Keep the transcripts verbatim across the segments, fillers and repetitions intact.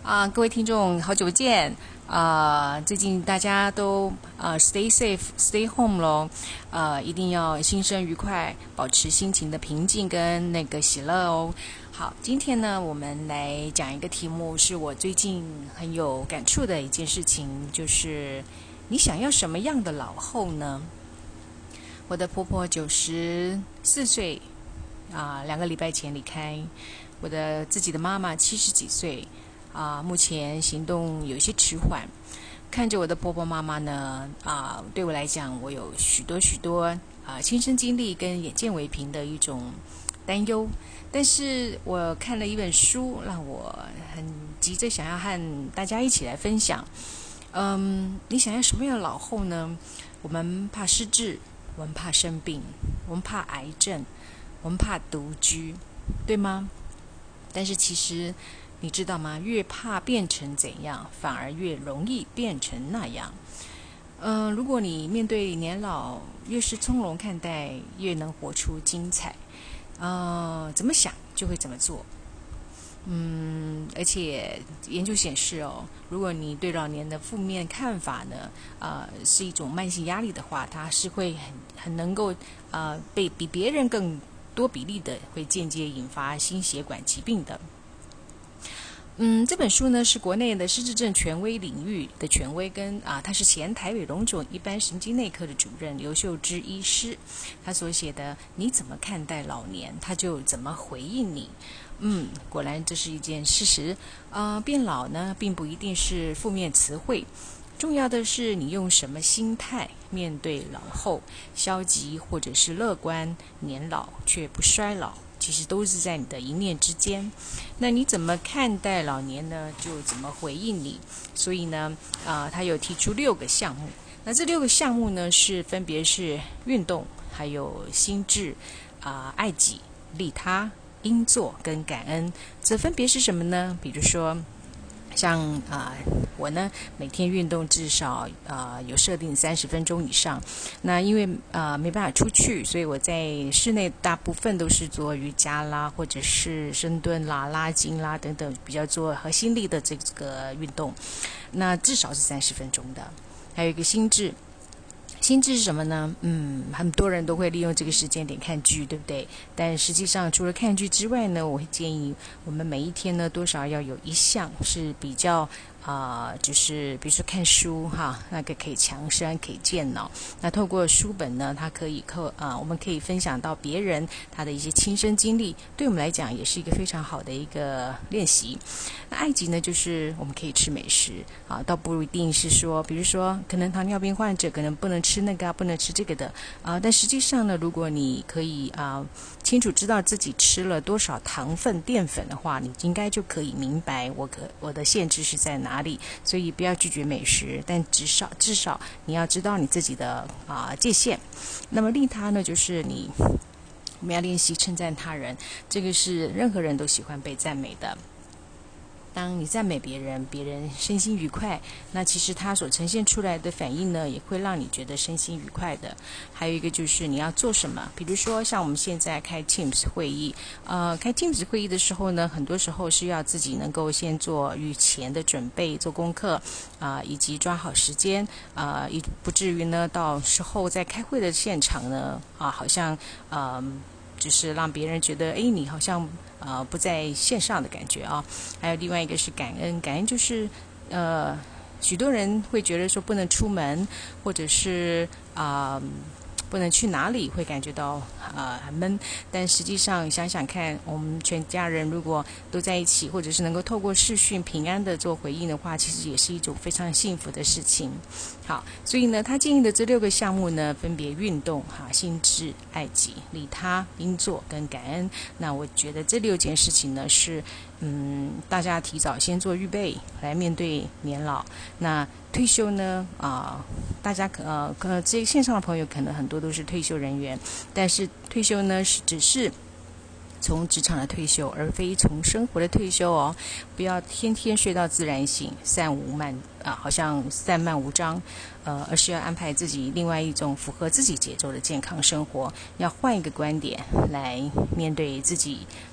啊、各位听众，好久不见啊、最近大家都呃 stay safe stay home 咯，呃一定要心生愉快，保持心情的平静跟那个喜乐哦。好，今天呢，我们来讲一个题目，是我最近很有感触的一件事情，就是你想要什么样的老后呢？我的婆婆九十四岁啊、两个礼拜前离开。我的自己的妈妈七十几岁啊、目前行动有些迟缓。看着我的婆婆妈妈呢，啊、对我来讲，我有许多许多啊、亲身经历跟眼见为凭的一种担忧。但是我看了一本书，让我很急着想要和大家一起来分享。嗯，你想要什么样的老后呢？我们怕失智，我们怕生病，我们怕癌症，我们怕独居，对吗？但是其实你知道吗？越怕变成怎样，反而越容易变成那样。嗯、呃，如果你面对年老越是从容看待，越能活出精彩。呃，怎么想就会怎么做。嗯，而且研究显示哦，如果你对老年的负面看法呢，呃，是一种慢性压力的话，它是会很很能够呃被比别人更多比例的会间接引发心血管疾病的。嗯，这本书呢是国内的失智症权威领域的权威，跟啊，他是前台北荣总一般神经内科的主任刘秀芝医师，他所写的“你怎么看待老年，他就怎么回应你”。嗯，果然这是一件事实。呃，变老呢，并不一定是负面词汇，重要的是你用什么心态面对老后，消极或者是乐观，年老却不衰老。其实都是在你的一念之间。那你怎么看待老年呢？就怎么回应你。所以呢，啊、呃，他有提出六个项目。那这六个项目呢，是分别是运动，还有心智，啊、呃，爱己、利他、应做跟感恩。这分别是什么呢？比如说，像啊、呃，我呢每天运动至少啊、呃、有设定三十分钟以上。那因为啊、呃、没办法出去，所以我在室内大部分都是做瑜伽啦，或者是深蹲啦、拉筋啦等等，比较做核心力的这个运动。那至少是三十分钟的。还有一个心智。心智是什么呢？嗯，很多人都会利用这个时间点看剧，对不对？但实际上，除了看剧之外呢，我会建议我们每一天呢，多少要有一项是比较啊、呃，就是比如说看书哈，那个可以强身，可以健脑。那透过书本呢，它可以扣啊、呃，我们可以分享到别人他的一些亲身经历，对我们来讲也是一个非常好的一个练习。那爱己呢，就是我们可以吃美食啊，倒不一定是说，比如说可能糖尿病患者可能不能吃。吃那个、啊、不能吃这个的啊、呃，但实际上呢，如果你可以啊、呃、清楚知道自己吃了多少糖分、淀粉的话，你应该就可以明白我可我的限制是在哪里。所以不要拒绝美食，但至少至少你要知道你自己的啊、呃、界限。那么利他呢，就是你我们要练习称赞他人，这个是任何人都喜欢被赞美的。当你赞美别人，别人身心愉快，那其实他所呈现出来的反应呢，也会让你觉得身心愉快的。还有一个就是你要做什么，比如说像我们现在开 Teams 会议，呃，开 Teams 会议的时候呢，很多时候是要自己能够先做预前的准备，做功课啊、呃，以及抓好时间啊，以、呃、不至于呢到时候在开会的现场呢啊、呃，好像呃。就是让别人觉得，哎，你好像呃不在线上的感觉啊。还有另外一个是感恩，感恩就是呃，许多人会觉得说不能出门，或者是啊、呃、不能去哪里，会感觉到呃很闷。但实际上想想看，我们全家人如果都在一起，或者是能够透过视讯平安的做回应的话，其实也是一种非常幸福的事情。好，所以呢，他建议的这六个项目呢，分别运动、哈、心智、爱己、利他、应做跟感恩。那我觉得这六件事情呢，是嗯，大家提早先做预备，来面对年老。那退休呢，啊、呃，大家可呃可这线上的朋友可能很多都是退休人员，但是退休呢是只是。从职场的退休，而非从生活的退休哦。不要天天睡到自然醒，散无漫啊，好像散漫无章，呃，而是要安排自己另外一种符合自己节奏的健康生活。要换一个观点来面对自己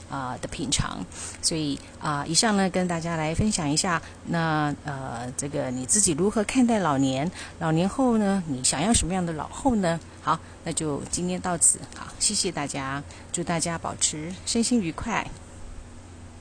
啊、呃、的品尝。所以啊、呃，以上呢跟大家来分享一下，那呃这个你自己如何看待老年？老年后呢，你想要什么样的老后呢？好，那就今天到此，好，谢谢大家，祝大家保持身心愉快。